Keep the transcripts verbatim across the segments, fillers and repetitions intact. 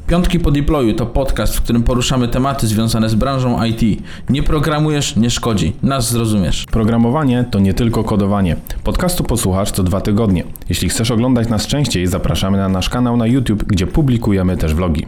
Piątki po deployu to podcast, w którym poruszamy tematy związane z branżą I T. Nie programujesz, nie szkodzi. Nas zrozumiesz. Programowanie to nie tylko kodowanie. Podcastu posłuchasz co dwa tygodnie. Jeśli chcesz oglądać nas częściej, zapraszamy na nasz kanał na YouTube, gdzie publikujemy też vlogi.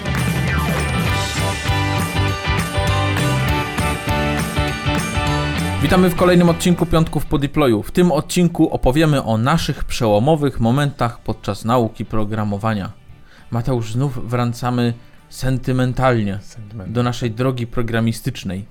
Witamy w kolejnym odcinku Piątków po deployu. W tym odcinku opowiemy o naszych przełomowych momentach podczas nauki programowania. Mateusz, znów wracamy sentymentalnie Sentyment. do naszej drogi programistycznej.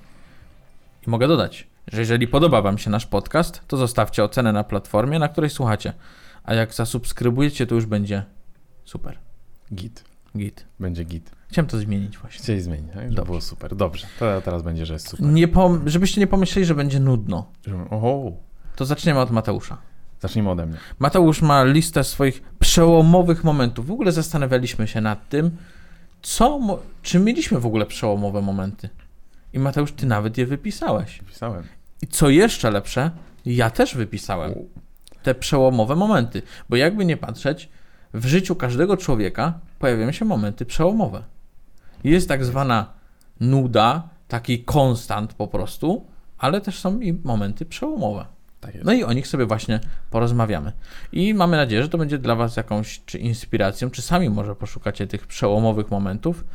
I mogę dodać, że jeżeli podoba Wam się nasz podcast, to zostawcie ocenę na platformie, na której słuchacie. A jak zasubskrybujecie, to już będzie super. Git. Git. Będzie git. Chciałem to zmienić właśnie. Chcieli zmienić, tak? Żeby było super. Dobrze. To teraz będzie, że jest super. Nie pom- żebyście nie pomyśleli, że będzie nudno. Oho. To zaczniemy od Mateusza. Zacznijmy ode mnie. Mateusz ma listę swoich przełomowych momentów. W ogóle zastanawialiśmy się nad tym, co, mo- czy mieliśmy w ogóle przełomowe momenty. I Mateusz, ty nawet je wypisałeś. Wypisałem. I co jeszcze lepsze, ja też wypisałem U. te przełomowe momenty. Bo jakby nie patrzeć, w życiu każdego człowieka pojawiają się momenty przełomowe. Jest tak zwana nuda, taki konstant po prostu, ale też są i momenty przełomowe. Tak jest. No i o nich sobie właśnie porozmawiamy. I mamy nadzieję, że to będzie dla Was jakąś czy inspiracją, czy sami może poszukacie tych przełomowych momentów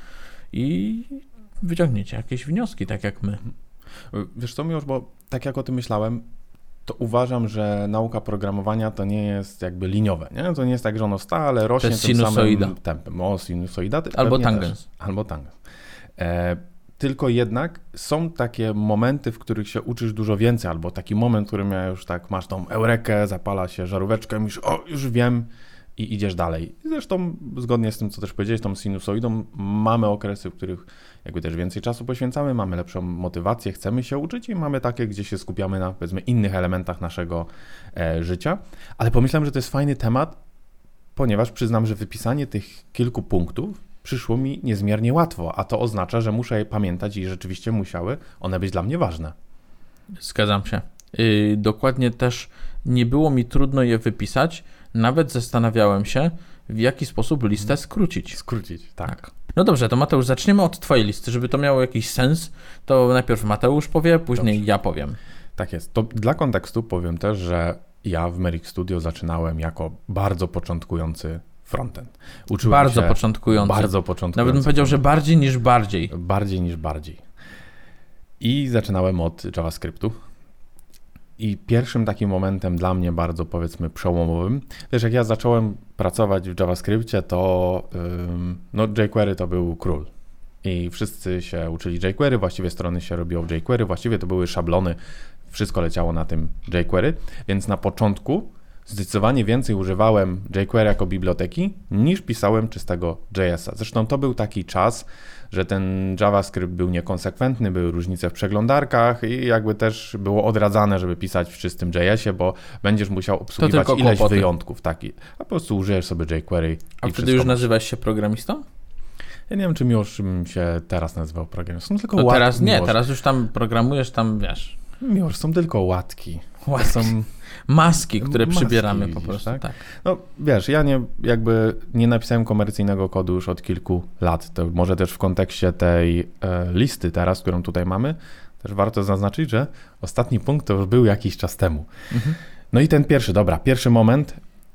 i wyciągniecie jakieś wnioski, tak jak my. Wiesz co, Miłosz, bo tak jak o tym myślałem, to uważam, że nauka programowania to nie jest jakby liniowe, nie? To nie jest tak, że ono stale rośnie tym sinusoida. samym tempem. O, sinusoida. Albo tangens. Też. Albo tangens. E, tylko jednak są takie momenty, w których się uczysz dużo więcej, albo taki moment, w którym ja już tak masz tą eurekę, zapala się żaróweczkę i mówisz, o, już wiem i idziesz dalej. I zresztą zgodnie z tym, co też powiedziałeś, tą sinusoidą mamy okresy, w których jakby też więcej czasu poświęcamy, mamy lepszą motywację, chcemy się uczyć i mamy takie, gdzie się skupiamy na, powiedzmy, innych elementach naszego e, życia. Ale pomyślałem, że to jest fajny temat, ponieważ przyznam, że wypisanie tych kilku punktów przyszło mi niezmiernie łatwo, a to oznacza, że muszę je pamiętać i rzeczywiście musiały one być dla mnie ważne. Zgadzam się. Yy, dokładnie też nie było mi trudno je wypisać, nawet zastanawiałem się, w jaki sposób listę skrócić. Skrócić, tak. tak. No dobrze, to Mateusz, zaczniemy od Twojej listy, żeby to miało jakiś sens, to najpierw Mateusz powie, później dobrze. Ja powiem. Tak jest. To dla kontekstu powiem też, że ja w Merrick Studio zaczynałem jako bardzo początkujący frontend. Uczyłem bardzo się początkujący. Bardzo początkujący. Nawet bym powiedział, że bardziej niż bardziej. Bardziej niż bardziej. I zaczynałem od JavaScriptu. I pierwszym takim momentem dla mnie bardzo, powiedzmy, przełomowym, wiesz, jak ja zacząłem pracować w JavaScriptie, to ym, no jQuery to był król. I wszyscy się uczyli jQuery, właściwie strony się robiło w jQuery, właściwie to były szablony, wszystko leciało na tym jQuery, więc na początku zdecydowanie więcej używałem jQuery jako biblioteki, niż pisałem czystego J S a. Zresztą to był taki czas, że ten JavaScript był niekonsekwentny, były różnice w przeglądarkach i jakby też było odradzane, żeby pisać w czystym J S ie, bo będziesz musiał obsługiwać ileś kłopoty. wyjątków. Taki, a po prostu użyjesz sobie jQuery. A i wtedy już nazywasz się programistą? Ja nie wiem, czy Miłosz bym się teraz nazywał programistą. Są tylko no łatki. Teraz nie, Miłosz. Teraz już tam programujesz, tam wiesz. Miłosz, są tylko łatki. Łatki. Są maski, które maski, przybieramy widzisz, po prostu. Tak? tak. No wiesz, ja nie, jakby nie napisałem komercyjnego kodu już od kilku lat. To może też w kontekście tej e, listy teraz, którą tutaj mamy, też warto zaznaczyć, że ostatni punkt to już był jakiś czas temu. Mhm. No i ten pierwszy, dobra, pierwszy moment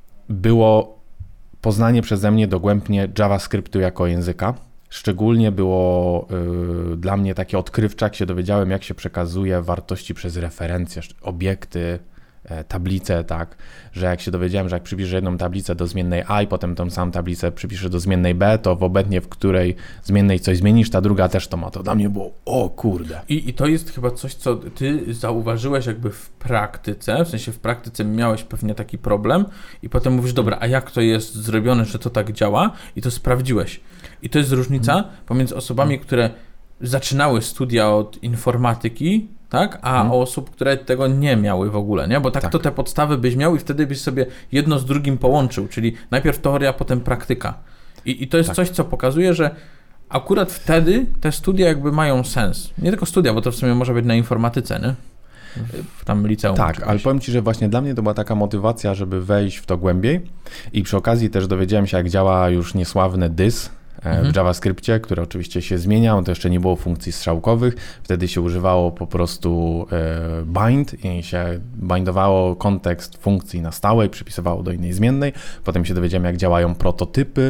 było poznanie przeze mnie dogłębnie JavaScriptu jako języka. Szczególnie było y, dla mnie takie odkrywcze, jak się dowiedziałem, jak się przekazuje wartości przez referencje, obiekty, e, tablice, tak, że jak się dowiedziałem, że jak przypiszę jedną tablicę do zmiennej a i potem tą samą tablicę przypiszę do zmiennej b, to w obecnie, w której zmiennej coś zmienisz, ta druga też to ma. To dla mnie było, o kurde. I, I to jest chyba coś, co ty zauważyłeś jakby w praktyce, w sensie w praktyce miałeś pewnie taki problem i potem mówisz, dobra, a jak to jest zrobione, że to tak działa i to sprawdziłeś. I to jest różnica hmm. pomiędzy osobami, które zaczynały studia od informatyki, tak, a hmm. osób, które tego nie miały w ogóle, nie? Bo tak, tak to te podstawy byś miał i wtedy byś sobie jedno z drugim połączył, czyli najpierw teoria, potem praktyka. I, i to jest tak. coś, co pokazuje, że akurat wtedy te studia jakby mają sens. Nie tylko studia, bo to w sumie może być na informatyce, nie? W tam liceum. Tak, ale powiem Ci, że właśnie dla mnie to była taka motywacja, żeby wejść w to głębiej i przy okazji też dowiedziałem się, jak działa już niesławny dys, mhm. w JavaScriptie, który oczywiście się zmieniał, to jeszcze nie było funkcji strzałkowych, wtedy się używało po prostu bind i się bindowało kontekst funkcji na stałe i przypisywało do innej zmiennej. Potem się dowiedziałem, jak działają prototypy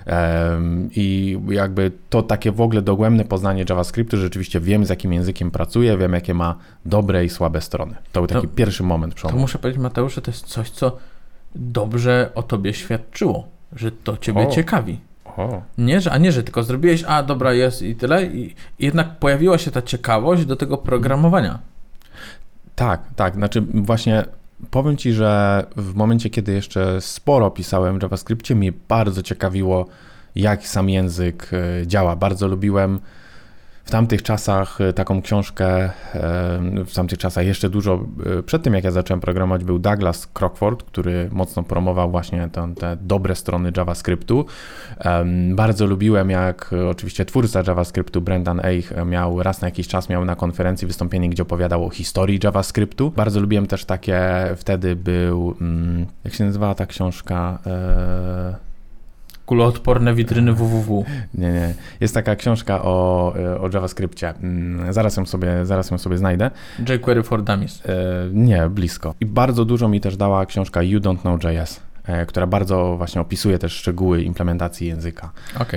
i jakby to takie w ogóle dogłębne poznanie JavaScriptu, że rzeczywiście wiem, z jakim językiem pracuję, wiem, jakie ma dobre i słabe strony. To był taki to, pierwszy moment przełomowy. To muszę powiedzieć, Mateusz, że to jest coś, co dobrze o tobie świadczyło, że to ciebie o. ciekawi. O. Nie, że, a nie, że tylko zrobiłeś, a dobra jest i tyle. I, i jednak pojawiła się ta ciekawość do tego programowania. Tak, tak. Znaczy właśnie powiem Ci, że w momencie, kiedy jeszcze sporo pisałem w JavaScriptie, mnie bardzo ciekawiło, jak sam język działa. Bardzo lubiłem w tamtych czasach taką książkę, w tamtych czasach jeszcze dużo, przed tym jak ja zacząłem programować, był Douglas Crockford, który mocno promował właśnie te, te dobre strony JavaScriptu. Bardzo lubiłem, jak oczywiście twórca JavaScriptu, Brendan Eich, miał raz na jakiś czas miał na konferencji wystąpienie, gdzie opowiadał o historii JavaScriptu. Bardzo lubiłem też takie, wtedy był, jak się nazywała ta książka? Kuloodporne witryny www. Nie, nie. Jest taka książka o, o JavaScriptie. Zaraz ją sobie, zaraz ją sobie znajdę. jQuery for Dummies. E, nie, blisko. I bardzo dużo mi też dała książka You Don't Know J S, e, która bardzo właśnie opisuje też szczegóły implementacji języka. Okej. Okay.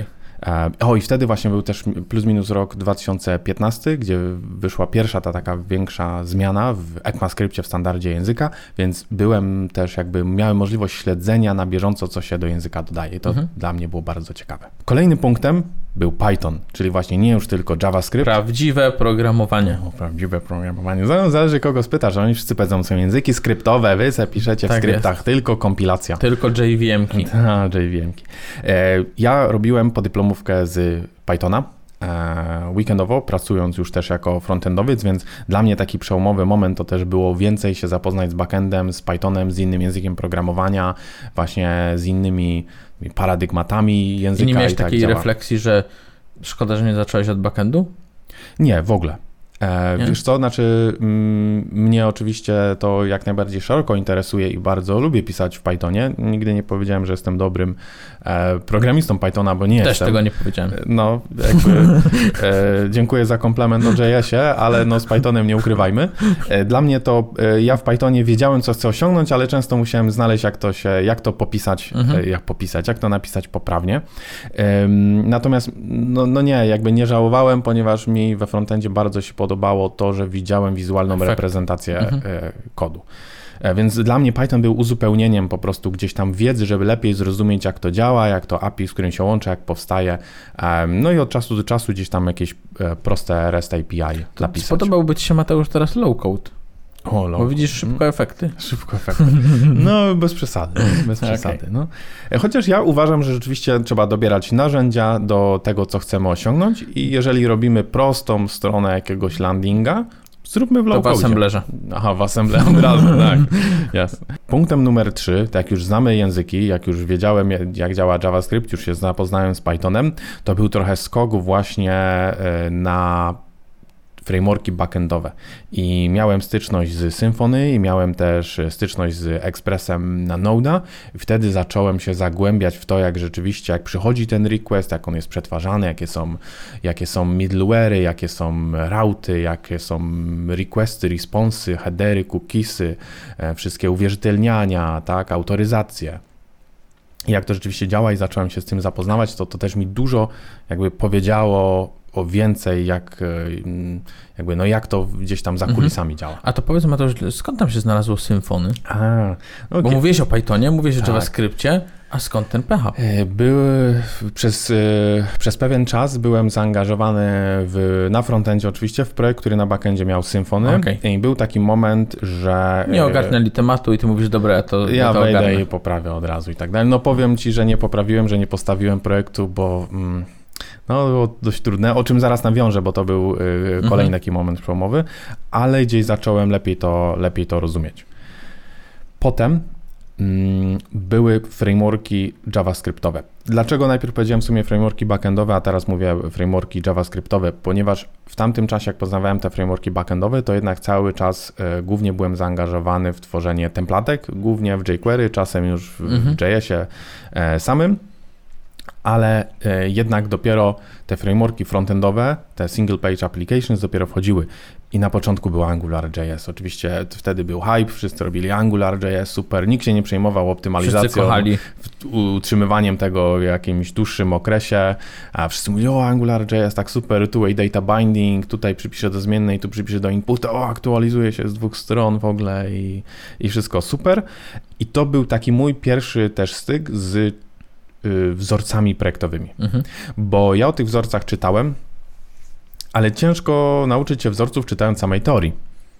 O i wtedy właśnie był też plus minus rok dwa tysiące piętnasty, gdzie wyszła pierwsza ta taka większa zmiana w ECMAScriptie w standardzie języka, więc byłem też jakby, miałem możliwość śledzenia na bieżąco, co się do języka dodaje i to mhm. dla mnie było bardzo ciekawe. Kolejnym punktem był Python, czyli właśnie nie już tylko JavaScript. Prawdziwe programowanie. O, prawdziwe programowanie. Zależy kogo spytasz, że oni wszyscy powiedzą, są języki skryptowe, wy se piszecie w tak skryptach, jest. Tylko kompilacja. Tylko J V M-ki. A, J V M-ki. E, ja robiłem podyplomówkę z Pythona e, weekendowo, pracując już też jako frontendowiec, więc dla mnie taki przełomowy moment to też było więcej się zapoznać z backendem, z Pythonem, z innym językiem programowania, właśnie z innymi paradygmatami języka. I nie miałeś i tak takiej działa. refleksji, że szkoda, że nie zacząłeś od backendu? Nie, w ogóle. E, wiesz co, znaczy m, mnie oczywiście to jak najbardziej szeroko interesuje i bardzo lubię pisać w Pythonie. Nigdy nie powiedziałem, że jestem dobrym e, programistą Pythona, bo nie Też jestem. Też tego nie powiedziałem. No, jakby e, dziękuję za komplement o J S-ie, ale no z Pythonem nie ukrywajmy. E, dla mnie to, e, ja w Pythonie wiedziałem, co chcę osiągnąć, ale często musiałem znaleźć, jak to się, jak to popisać, mhm. e, jak popisać, jak to napisać poprawnie. E, natomiast, no, no nie, jakby nie żałowałem, ponieważ mi we frontendzie bardzo się podobało podobało to, że widziałem wizualną Efekt. reprezentację mhm. kodu. Więc dla mnie Python był uzupełnieniem po prostu gdzieś tam wiedzy, żeby lepiej zrozumieć, jak to działa, jak to A P I, z którym się łączy, jak powstaje. No i od czasu do czasu gdzieś tam jakieś proste REST A P I napisać. Spodobałby Ci się, Mateusz, teraz low code? O, low Bo widzisz szybko mm. efekty. Szybko efekty. No bez przesady. Bez przesady. Okay. No. Chociaż ja uważam, że rzeczywiście trzeba dobierać narzędzia do tego, co chcemy osiągnąć i jeżeli robimy prostą stronę jakiegoś landinga, zróbmy w low code. To w assemblerze. Aha, w assemblerze od razu, tak. Jasne. Punktem numer trzy, tak jak już znamy języki, jak już wiedziałem, jak działa JavaScript, już się zapoznałem z Pythonem, to był trochę skok właśnie na frameworki backendowe i miałem styczność z Symfony i miałem też styczność z Expressem na Node'a i wtedy zacząłem się zagłębiać w to, jak rzeczywiście, jak przychodzi ten request, jak on jest przetwarzany, jakie są, jakie są middleware'y, jakie są routy, jakie są requesty, responsy, headery, cookiesy, wszystkie uwierzytelniania, tak, autoryzacje. I jak to rzeczywiście działa i zacząłem się z tym zapoznawać, to to też mi dużo jakby powiedziało o więcej, jak, jakby, no jak to gdzieś tam za kulisami mhm. działa. A to powiedz, Mateusz, skąd tam się znalazło Symfony? A, okay. Bo mówiłeś o Pythonie, mówiłeś o tak. JavaScriptie, a skąd ten P H P? Były, przez, przez pewien czas byłem zaangażowany w, na frontendzie oczywiście w projekt, który na backendzie miał Symfony okay. i był taki moment, że... Nie ogarnęli tematu i ty mówisz, dobra, ja to Ja to wejdę ogarnę. i poprawię od razu i tak dalej. No powiem ci, że nie poprawiłem, że nie postawiłem projektu, bo... Mm, No, było dość trudne, o czym zaraz nawiążę, bo to był y, kolejny mhm. taki moment przełomowy, ale gdzieś zacząłem lepiej to, lepiej to rozumieć. Potem mm, były frameworki JavaScriptowe. Dlaczego najpierw powiedziałem w sumie frameworki backendowe, a teraz mówię frameworki JavaScriptowe? Ponieważ w tamtym czasie, jak poznawałem te frameworki backendowe, to jednak cały czas y, głównie byłem zaangażowany w tworzenie templatek, głównie w jQuery, czasem już w, mhm. w J S-ie y, samym. ale e, jednak dopiero te frameworki frontendowe, te single page applications dopiero wchodziły. I na początku był AngularJS. Oczywiście wtedy był hype, wszyscy robili AngularJS, super, nikt się nie przejmował optymalizacją, utrzymywaniem tego w jakimś dłuższym okresie, a wszyscy mówili, o AngularJS, tak super, two-way data binding, tutaj przypiszę do zmiennej, tu przypiszę do inputa, o aktualizuje się z dwóch stron w ogóle i, i wszystko super. I to był taki mój pierwszy też styk z y, wzorcami projektowymi, mhm. bo ja o tych wzorcach czytałem, ale ciężko nauczyć się wzorców czytając samej teorii.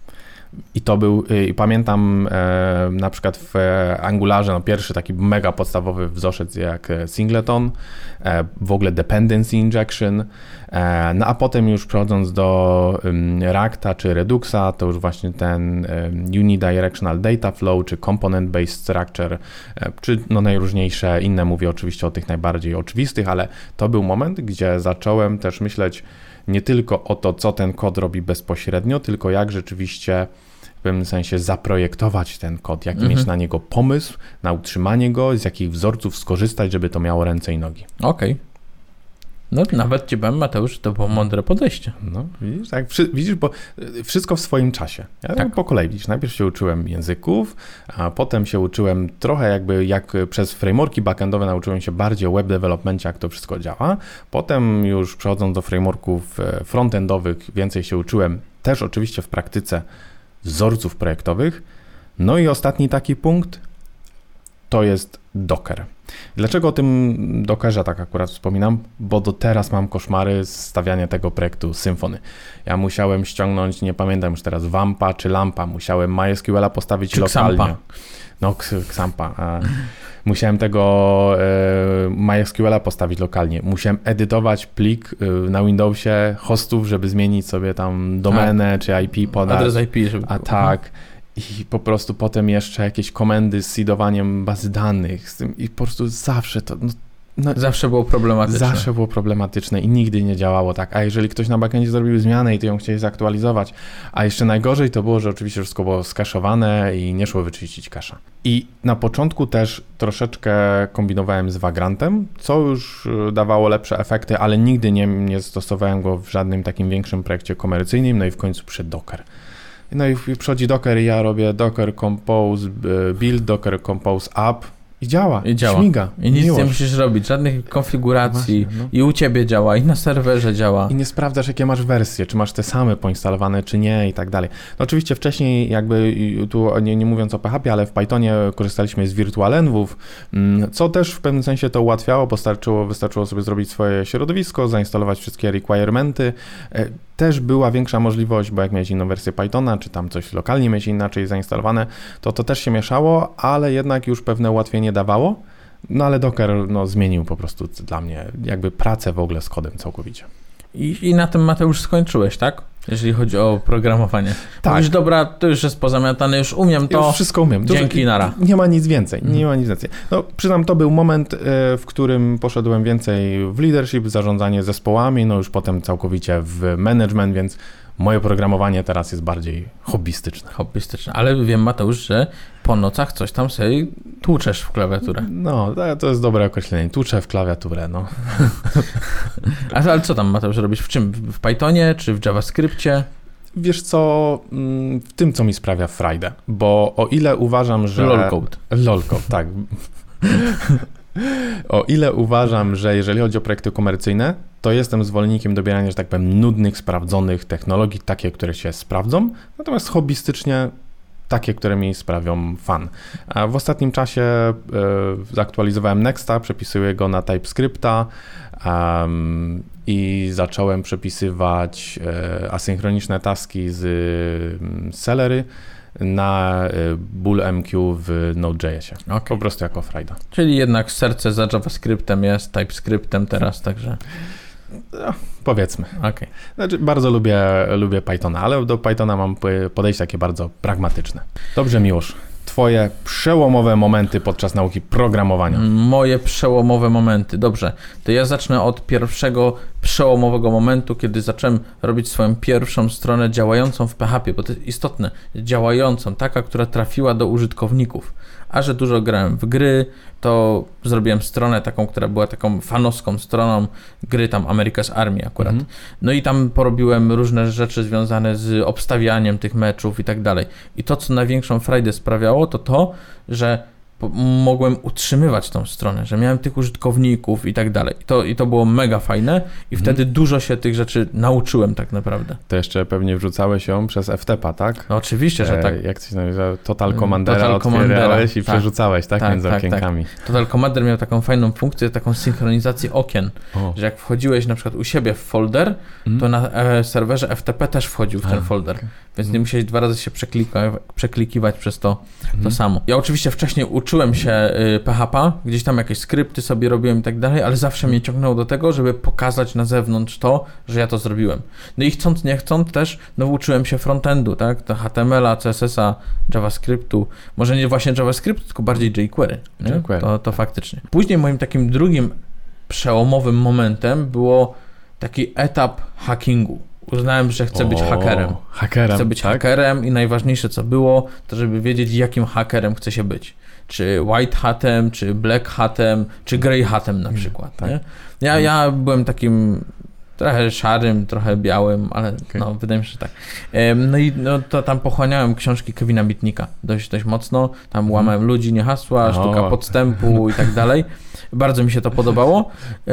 I to był, i pamiętam e, na przykład w Angularze, no pierwszy taki mega podstawowy wzorzec jak singleton, e, w ogóle dependency injection, e, no a potem już przechodząc do um, Reacta czy Reduxa, to już właśnie ten um, unidirectional data flow, czy component-based structure, e, czy no najróżniejsze inne, mówię oczywiście o tych najbardziej oczywistych, ale to był moment, gdzie zacząłem też myśleć nie tylko o to, co ten kod robi bezpośrednio, tylko jak rzeczywiście w pewnym sensie zaprojektować ten kod, jaki mhm. mieć na niego pomysł, na utrzymanie go, z jakich wzorców skorzystać, żeby to miało ręce i nogi. Okej. Okay. No nawet ci powiem, Mateusz, to było mądre podejście. No widzisz, tak, widzisz, bo wszystko w swoim czasie. Ja tak po kolei, widzisz, najpierw się uczyłem języków, a potem się uczyłem trochę jakby jak przez frameworki backendowe nauczyłem się bardziej o web developmencie, jak to wszystko działa. Potem już przechodząc do frameworków frontendowych więcej się uczyłem też oczywiście w praktyce wzorców projektowych. No i ostatni taki punkt to jest Docker. Dlaczego o tym Dockerze tak akurat wspominam? Bo do teraz mam koszmary z stawiania tego projektu Symfony. Ja musiałem ściągnąć, nie pamiętam już teraz, Wampa czy Lampa, musiałem MySQL-a postawić czy lokalnie. Xampa. No, Xampa. Musiałem tego e, MySQL-a postawić lokalnie. Musiałem edytować plik e, na Windowsie hostów, żeby zmienić sobie tam domenę a, czy I P podać. Adres I P, żeby... A tak. I po prostu potem jeszcze jakieś komendy z seedowaniem bazy danych z tym i po prostu zawsze to... No, no, zawsze było problematyczne. Zawsze było problematyczne i nigdy nie działało tak. A jeżeli ktoś na backendzie zrobił zmianę i ty ją chcieli zaktualizować, a jeszcze najgorzej to było, że oczywiście wszystko było skaszowane i nie szło wyczyścić kasza. I na początku też troszeczkę kombinowałem z Vagrantem, co już dawało lepsze efekty, ale nigdy nie, nie stosowałem go w żadnym takim większym projekcie komercyjnym, no i w końcu przyszedł Docker. No i przychodzi Docker i ja robię Docker Compose build, Docker Compose app i działa, i działa. Śmiga. I nic miłość. Nie musisz robić, żadnych konfiguracji. Właśnie, no. I u ciebie działa, i na serwerze działa. I nie sprawdzasz, jakie masz wersje, czy masz te same poinstalowane, czy nie i tak dalej. No oczywiście wcześniej jakby tu nie, nie mówiąc o P H P, ale w Pythonie korzystaliśmy z virtualenvów, co też w pewnym sensie to ułatwiało, bo wystarczyło, wystarczyło sobie zrobić swoje środowisko, zainstalować wszystkie requirementy. Też była większa możliwość, bo jak miałeś inną wersję Pythona, czy tam coś lokalnie mieć inaczej zainstalowane, to to też się mieszało, ale jednak już pewne ułatwienie dawało. No ale Docker no, zmienił po prostu dla mnie jakby pracę w ogóle z kodem całkowicie. I, i na tym, Mateusz, skończyłeś, tak? Jeżeli chodzi o programowanie. Tak. Mówisz, dobra, to już jest pozamiatane, już umiem to. Już wszystko umiem. Dzięki, nara. Nie ma nic więcej, nie ma nic więcej. No przyznam, to był moment, w którym poszedłem więcej w leadership, w zarządzanie zespołami, no już potem całkowicie w management, więc moje programowanie teraz jest bardziej hobbystyczne. Hobbystyczne, ale wiem, Mateusz, że po nocach coś tam sobie tłuczesz w klawiaturę. No, to jest dobre określenie. Tłuczę w klawiaturę, no. Ale co tam, Mateusz, robisz? W czym? W Pythonie czy w JavaScriptie? Wiesz co, w tym, co mi sprawia frajdę, bo o ile uważam, że... Lolcode. Lolcode, tak. O ile uważam, że jeżeli chodzi o projekty komercyjne, to jestem zwolennikiem dobierania, że tak powiem, nudnych, sprawdzonych technologii, takie, które się sprawdzą, natomiast hobbystycznie takie, które mi sprawią fan. A w ostatnim czasie e, zaktualizowałem Nexta, przepisuję go na TypeScripta um, i zacząłem przepisywać e, asynchroniczne taski z e, Celery na BullMQ w Node.jsie. Okay. Po prostu jako frajda. Czyli jednak serce za JavaScriptem jest, TypeScriptem teraz, także... No, powiedzmy. Okay. Znaczy, bardzo lubię, lubię Pythona, ale do Pythona mam podejście takie bardzo pragmatyczne. Dobrze, Miłosz. Twoje przełomowe momenty podczas nauki programowania. Moje przełomowe momenty. Dobrze. To ja zacznę od pierwszego przełomowego momentu, kiedy zacząłem robić swoją pierwszą stronę działającą w P H P, bo to jest istotne. Działającą, taka, która trafiła do użytkowników. a że dużo grałem w gry, to zrobiłem stronę taką, która była taką fanowską stroną gry tam America's Army akurat. Mhm. No i tam porobiłem różne rzeczy związane z obstawianiem tych meczów i tak dalej. I to, co największą frajdę sprawiało, to to, że mogłem utrzymywać tą stronę, że miałem tych użytkowników i tak dalej. I to, i to było mega fajne i mhm. wtedy dużo się tych rzeczy nauczyłem tak naprawdę. To jeszcze pewnie wrzucałeś ją przez F T P a, tak? No oczywiście, że tak. E, jak coś nazywa? Total Commandera Total otwierałeś i tak. przerzucałeś, tak? tak Między tak, okienkami. Tak. Total Commander miał taką fajną funkcję, taką synchronizację okien, o. że jak wchodziłeś na przykład u siebie w folder, mm. to na e, serwerze F T P też wchodził w ten A, folder, okay. więc nie musiałeś dwa razy się przeklika, przeklikiwać przez to, mm. to samo. Ja oczywiście wcześniej uczyłem się y, P H P a, gdzieś tam jakieś skrypty sobie robiłem i tak dalej, ale zawsze mnie ciągnęło do tego, żeby pokazać na zewnątrz to, że ja to zrobiłem. No i chcąc, nie chcąc też, no uczyłem się frontendu, tak, to H T M L a, C S S a, JavaScriptu, może nie właśnie JavaScript, tylko bardziej jQuery, nie? jQuery. To, to faktycznie. Później moim takim drugim przełomowym momentem było taki etap hackingu. Uznałem, że chcę o, być hakerem. hakerem. Chcę być tak? hakerem i najważniejsze co było, to żeby wiedzieć, jakim hakerem chcę się być. Czy white hatem, czy black hatem, czy grey hatem na przykład. Tak. Nie? Ja, ja byłem takim trochę szarym, trochę białym, ale okay. no, wydaje mi się, że tak. No i no, to tam pochłaniałem książki Kevina Mitnicka dość, dość mocno. Tam łamałem ludzi, nie hasła, sztuka o. podstępu i tak dalej. Bardzo mi się to podobało,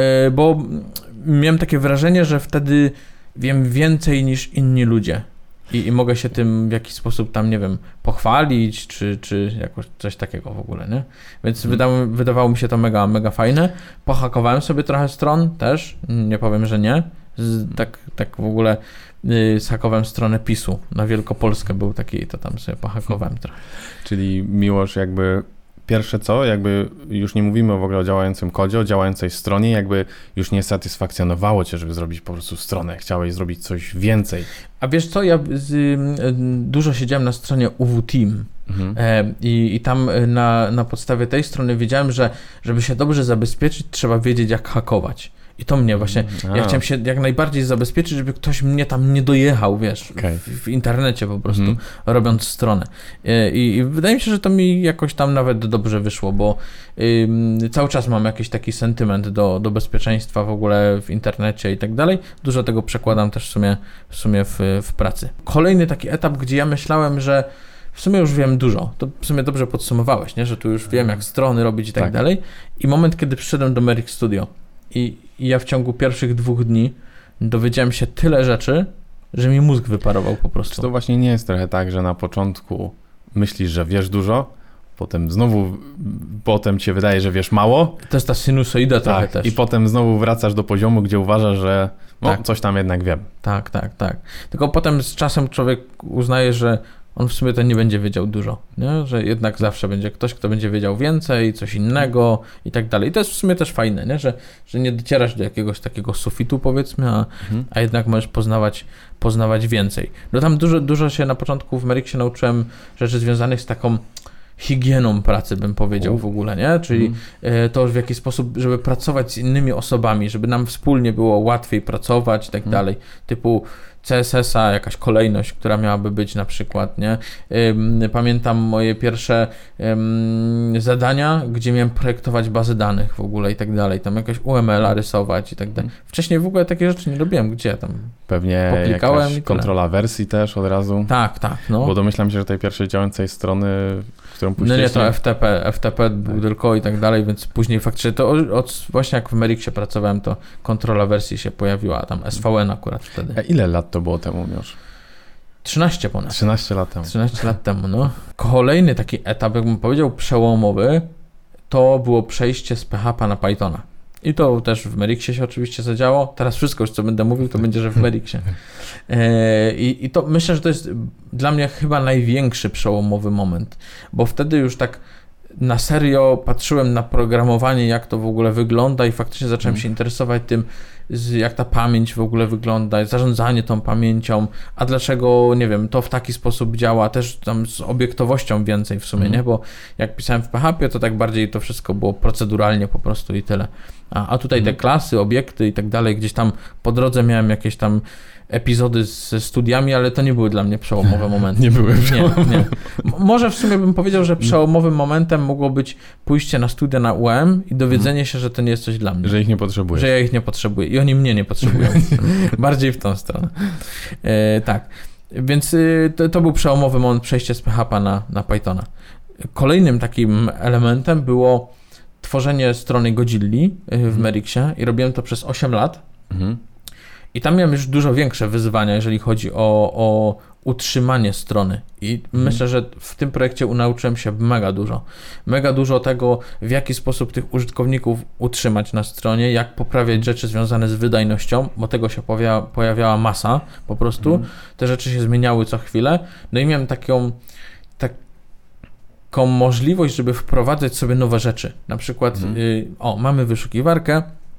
bo miałem takie wrażenie, że wtedy wiem więcej niż inni ludzie i, i mogę się tym w jakiś sposób tam, nie wiem, pochwalić, czy, czy jakoś coś takiego w ogóle, nie? Więc hmm. wydało, wydawało mi się to mega, mega fajne. Pohakowałem sobie trochę stron też, nie powiem, że nie. Z, tak, tak w ogóle yy, zhakowałem stronę PiSu na Wielkopolskę, był taki, to tam sobie pohakowałem trochę. Czyli Miłosz jakby pierwsze co, jakby już nie mówimy w ogóle o działającym kodzie, o działającej stronie, jakby już nie satysfakcjonowało cię, żeby zrobić po prostu stronę, chciałeś zrobić coś więcej. A wiesz co, ja z, y, dużo siedziałem na stronie U W Team mhm. e, i, i tam na, na podstawie tej strony wiedziałem, że żeby się dobrze zabezpieczyć, trzeba wiedzieć jak hakować. I to mnie właśnie, A. ja chciałem się jak najbardziej zabezpieczyć, żeby ktoś mnie tam nie dojechał, wiesz, okay. w, w internecie po prostu, mm. robiąc stronę. I, I wydaje mi się, że to mi jakoś tam nawet dobrze wyszło, bo y, cały czas mam jakiś taki sentyment do, do bezpieczeństwa w ogóle w internecie i tak dalej. Dużo tego przekładam też w sumie, w, sumie w, w pracy. Kolejny taki etap, gdzie ja myślałem, że w sumie już wiem dużo, to w sumie dobrze podsumowałeś, nie? Że tu już wiem jak strony robić i tak, tak. dalej. I moment, kiedy przyszedłem do Merrick Studio i I ja w ciągu pierwszych dwóch dni dowiedziałem się tyle rzeczy, że mi mózg wyparował po prostu. Czy to właśnie nie jest trochę tak, że na początku myślisz, że wiesz dużo, potem znowu, potem ci się wydaje, że wiesz mało? To jest ta sinusoida trochę tak, też. I potem znowu wracasz do poziomu, gdzie uważasz, że no, tak. coś tam jednak wiem. Tak, tak, tak. Tylko potem z czasem człowiek uznaje, że on w sumie to nie będzie wiedział dużo, nie? Że jednak zawsze będzie ktoś, kto będzie wiedział więcej, coś innego i tak dalej. I to jest w sumie też fajne, nie? Że, że nie docierasz do jakiegoś takiego sufitu powiedzmy, a, mhm. a jednak możesz poznawać, poznawać więcej. No tam dużo, dużo się na początku w Merricksie nauczyłem rzeczy związanych z taką higieną pracy, bym powiedział w ogóle, nie? Czyli mm. to, w jaki sposób, żeby pracować z innymi osobami, żeby nam wspólnie było łatwiej pracować i tak mm. dalej. Typu C S S a, jakaś kolejność, która miałaby być na przykład, nie? Pamiętam moje pierwsze um, zadania, gdzie miałem projektować bazy danych w ogóle i tak dalej, tam jakaś U M L a rysować i tak dalej. Wcześniej w ogóle takie rzeczy nie robiłem, gdzie tam pewnie poplikałem jakaś kontrola wersji też od razu. Tak, tak, no. Bo domyślam się, że tej pierwszej działającej strony, którą puściliście... No nie, to F T P, F T P był tak. tylko i tak dalej, więc później faktycznie to od, właśnie jak w Merricksie pracowałem, to kontrola wersji się pojawiła, tam S V N akurat wtedy. A ile lat to było temu już? trzynaście ponad. trzynaście lat temu. trzynaście lat temu, no. Kolejny taki etap, jakbym powiedział, przełomowy, to było przejście z P H P na Pythona. I to też w Merricksie się oczywiście zadziało. Teraz wszystko już, co będę mówił, to będzie, że w Merricksie. I, I to myślę, że to jest dla mnie chyba największy przełomowy moment, bo wtedy już tak na serio patrzyłem na programowanie, jak to w ogóle wygląda i faktycznie zacząłem mm. się interesować tym, jak ta pamięć w ogóle wygląda, zarządzanie tą pamięcią, a dlaczego, nie wiem, to w taki sposób działa, też tam z obiektowością więcej w sumie, mm. nie? Bo jak pisałem w P H P, to tak bardziej to wszystko było proceduralnie po prostu i tyle. A, a tutaj mm. te klasy, obiekty i tak dalej, gdzieś tam po drodze miałem jakieś tam epizody ze studiami, ale to nie były dla mnie przełomowe momenty. Nie były przełomowe. Nie, nie. Może w sumie bym powiedział, że przełomowym momentem mogło być pójście na studia na U M i dowiedzenie się, że to nie jest coś dla mnie. Że ich nie potrzebujesz. Że ja ich nie potrzebuję i oni mnie nie potrzebują. Bardziej w tą stronę. E, tak. Więc y, to, to był przełomowy moment przejścia z P H P na, na Pythona. Kolejnym takim elementem było tworzenie strony Godzilli w Merixie i robiłem to przez osiem lat. Mhm. I tam miałem już dużo większe wyzwania, jeżeli chodzi o, o utrzymanie strony. I mhm. myślę, że w tym projekcie nauczyłem się mega dużo. Mega dużo tego, w jaki sposób tych użytkowników utrzymać na stronie, jak poprawiać rzeczy związane z wydajnością, bo tego się pojawia, pojawiała masa po prostu. Mhm. Te rzeczy się zmieniały co chwilę. No i miałem taką, taką możliwość, żeby wprowadzać sobie nowe rzeczy. Na przykład, mhm. y, o, mamy wyszukiwarkę,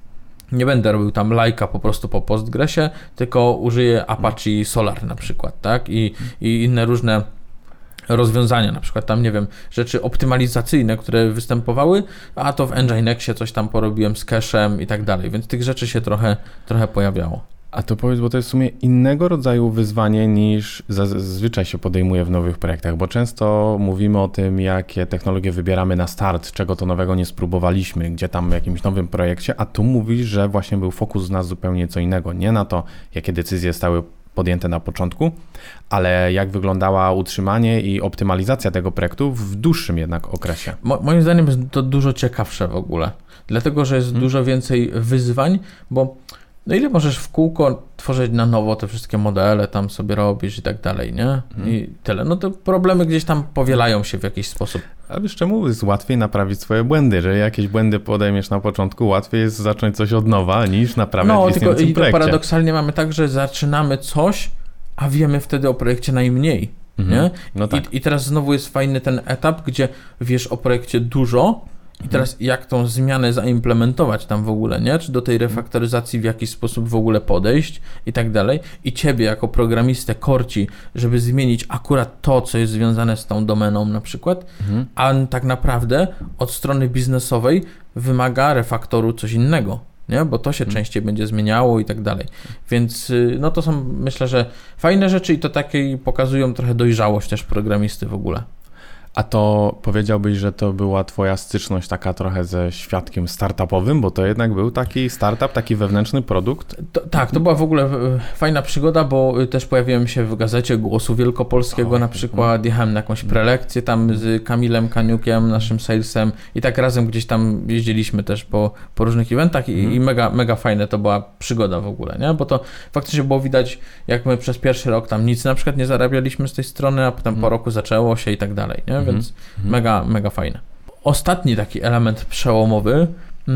nie będę robił tam lajka po prostu po Postgresie, tylko użyję Apache Solar na przykład, tak? I, i inne różne rozwiązania, na przykład tam, nie wiem, rzeczy optymalizacyjne, które występowały, a to w Nginexie coś tam porobiłem z cache'em i tak dalej, więc tych rzeczy się trochę, trochę pojawiało. A to powiedz, bo to jest w sumie innego rodzaju wyzwanie niż zazwyczaj się podejmuje w nowych projektach, bo często mówimy o tym, jakie technologie wybieramy na start, czego to nowego nie spróbowaliśmy, gdzie tam w jakimś nowym projekcie, a tu mówisz, że właśnie był fokus na zupełnie co innego, nie na to, jakie decyzje zostały podjęte na początku, ale jak wyglądała utrzymanie i optymalizacja tego projektu w dłuższym jednak okresie. Mo- moim zdaniem jest to dużo ciekawsze w ogóle, dlatego, że jest hmm. dużo więcej wyzwań, bo no ile możesz w kółko tworzyć na nowo te wszystkie modele, tam sobie robisz i tak dalej, nie? Hmm. I tyle. No to problemy gdzieś tam powielają się w jakiś sposób. A wiesz czemu? Jest łatwiej naprawić swoje błędy, że jakieś błędy podejmiesz na początku, łatwiej jest zacząć coś od nowa niż naprawiać no, w istniejącym tylko, projekcie. No, paradoksalnie mamy tak, że zaczynamy coś, a wiemy wtedy o projekcie najmniej, mhm. nie? No tak. I, I teraz znowu jest fajny ten etap, gdzie wiesz o projekcie dużo, i teraz jak tą zmianę zaimplementować tam w ogóle, nie? Czy do tej refaktoryzacji w jakiś sposób w ogóle podejść i tak dalej. I ciebie jako programistę korci, żeby zmienić akurat to, co jest związane z tą domeną na przykład, mhm. a tak naprawdę od strony biznesowej wymaga refaktoru coś innego, nie? Bo to się hmm. częściej będzie zmieniało i tak dalej. Więc no to są, myślę, że fajne rzeczy i to takie pokazują trochę dojrzałość też programisty w ogóle. A to powiedziałbyś, że to była twoja styczność taka trochę ze świadkiem startupowym, bo to jednak był taki startup, taki wewnętrzny produkt? To, tak, to była w ogóle fajna przygoda, bo też pojawiłem się w gazecie Głosu Wielkopolskiego o, na przykład, no. jechałem na jakąś prelekcję tam z Kamilem Kaniukiem, naszym salesem i tak razem gdzieś tam jeździliśmy też po, po różnych eventach i, hmm. i mega, mega fajne to była przygoda w ogóle, nie? Bo to faktycznie było widać, jak my przez pierwszy rok tam nic na przykład nie zarabialiśmy z tej strony, a potem hmm. po roku zaczęło się i tak dalej, nie? Więc mm-hmm. mega, mega fajne. Ostatni taki element przełomowy,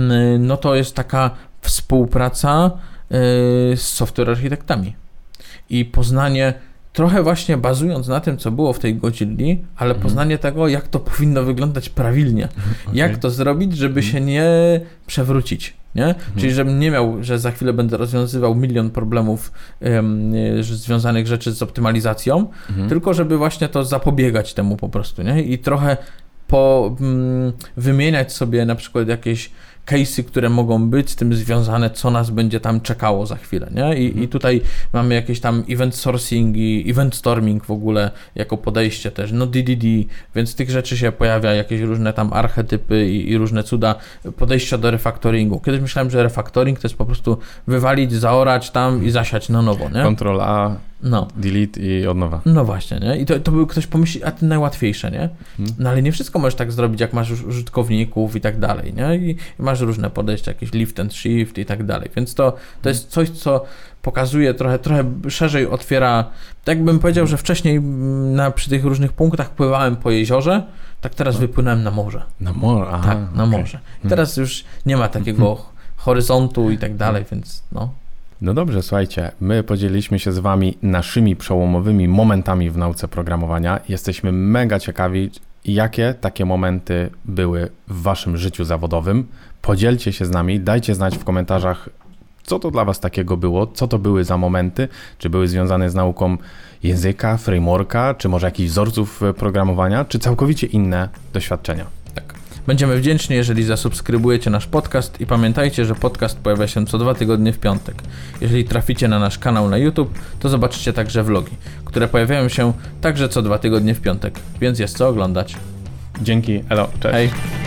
no to jest taka współpraca z software architektami i poznanie, trochę właśnie bazując na tym, co było w tej Godzilli, ale mm-hmm. poznanie tego, jak to powinno wyglądać prawidłnie. Okay. Jak to zrobić, żeby mm-hmm. się nie przewrócić. Nie? Mhm. Czyli żebym nie miał, że za chwilę będę rozwiązywał milion problemów um, związanych rzeczy z optymalizacją, mhm. tylko żeby właśnie to zapobiegać temu po prostu, nie? I trochę po, um, wymieniać sobie na przykład jakieś case'y, które mogą być z tym związane, co nas będzie tam czekało za chwilę, nie? I, mhm. i tutaj mamy jakieś tam event sourcing i event storming w ogóle jako podejście też, no D D D, więc tych rzeczy się pojawia, jakieś różne tam archetypy i, i różne cuda podejścia do refaktoringu. Kiedyś myślałem, że refaktoring to jest po prostu wywalić, zaorać tam i zasiać na nowo, nie? Control A, no. Delete i od nowa. No właśnie, nie? I to, to był ktoś pomyśli, a to najłatwiejsze, nie? Hmm. No ale nie wszystko możesz tak zrobić, jak masz już użytkowników i tak dalej, nie? I, i masz różne podejścia, jakieś lift and shift i tak dalej, więc to, to jest coś, co pokazuje trochę, trochę szerzej otwiera, tak jakbym powiedział, że wcześniej na, przy tych różnych punktach pływałem po jeziorze, tak teraz no. wypłynąłem na morze. Na morze, aha. Tak, na okay. morze. I teraz już nie ma takiego hmm. horyzontu i tak dalej, więc no. No dobrze, słuchajcie, my podzieliliśmy się z wami naszymi przełomowymi momentami w nauce programowania. Jesteśmy mega ciekawi, jakie takie momenty były w waszym życiu zawodowym. Podzielcie się z nami, dajcie znać w komentarzach, co to dla was takiego było, co to były za momenty, czy były związane z nauką języka, frameworka, czy może jakichś wzorców programowania, czy całkowicie inne doświadczenia. Tak. Będziemy wdzięczni, jeżeli zasubskrybujecie nasz podcast i pamiętajcie, że podcast pojawia się co dwa tygodnie w piątek. Jeżeli traficie na nasz kanał na YouTube, to zobaczycie także vlogi, które pojawiają się także co dwa tygodnie w piątek, więc jest co oglądać. Dzięki, elo, cześć. Hej.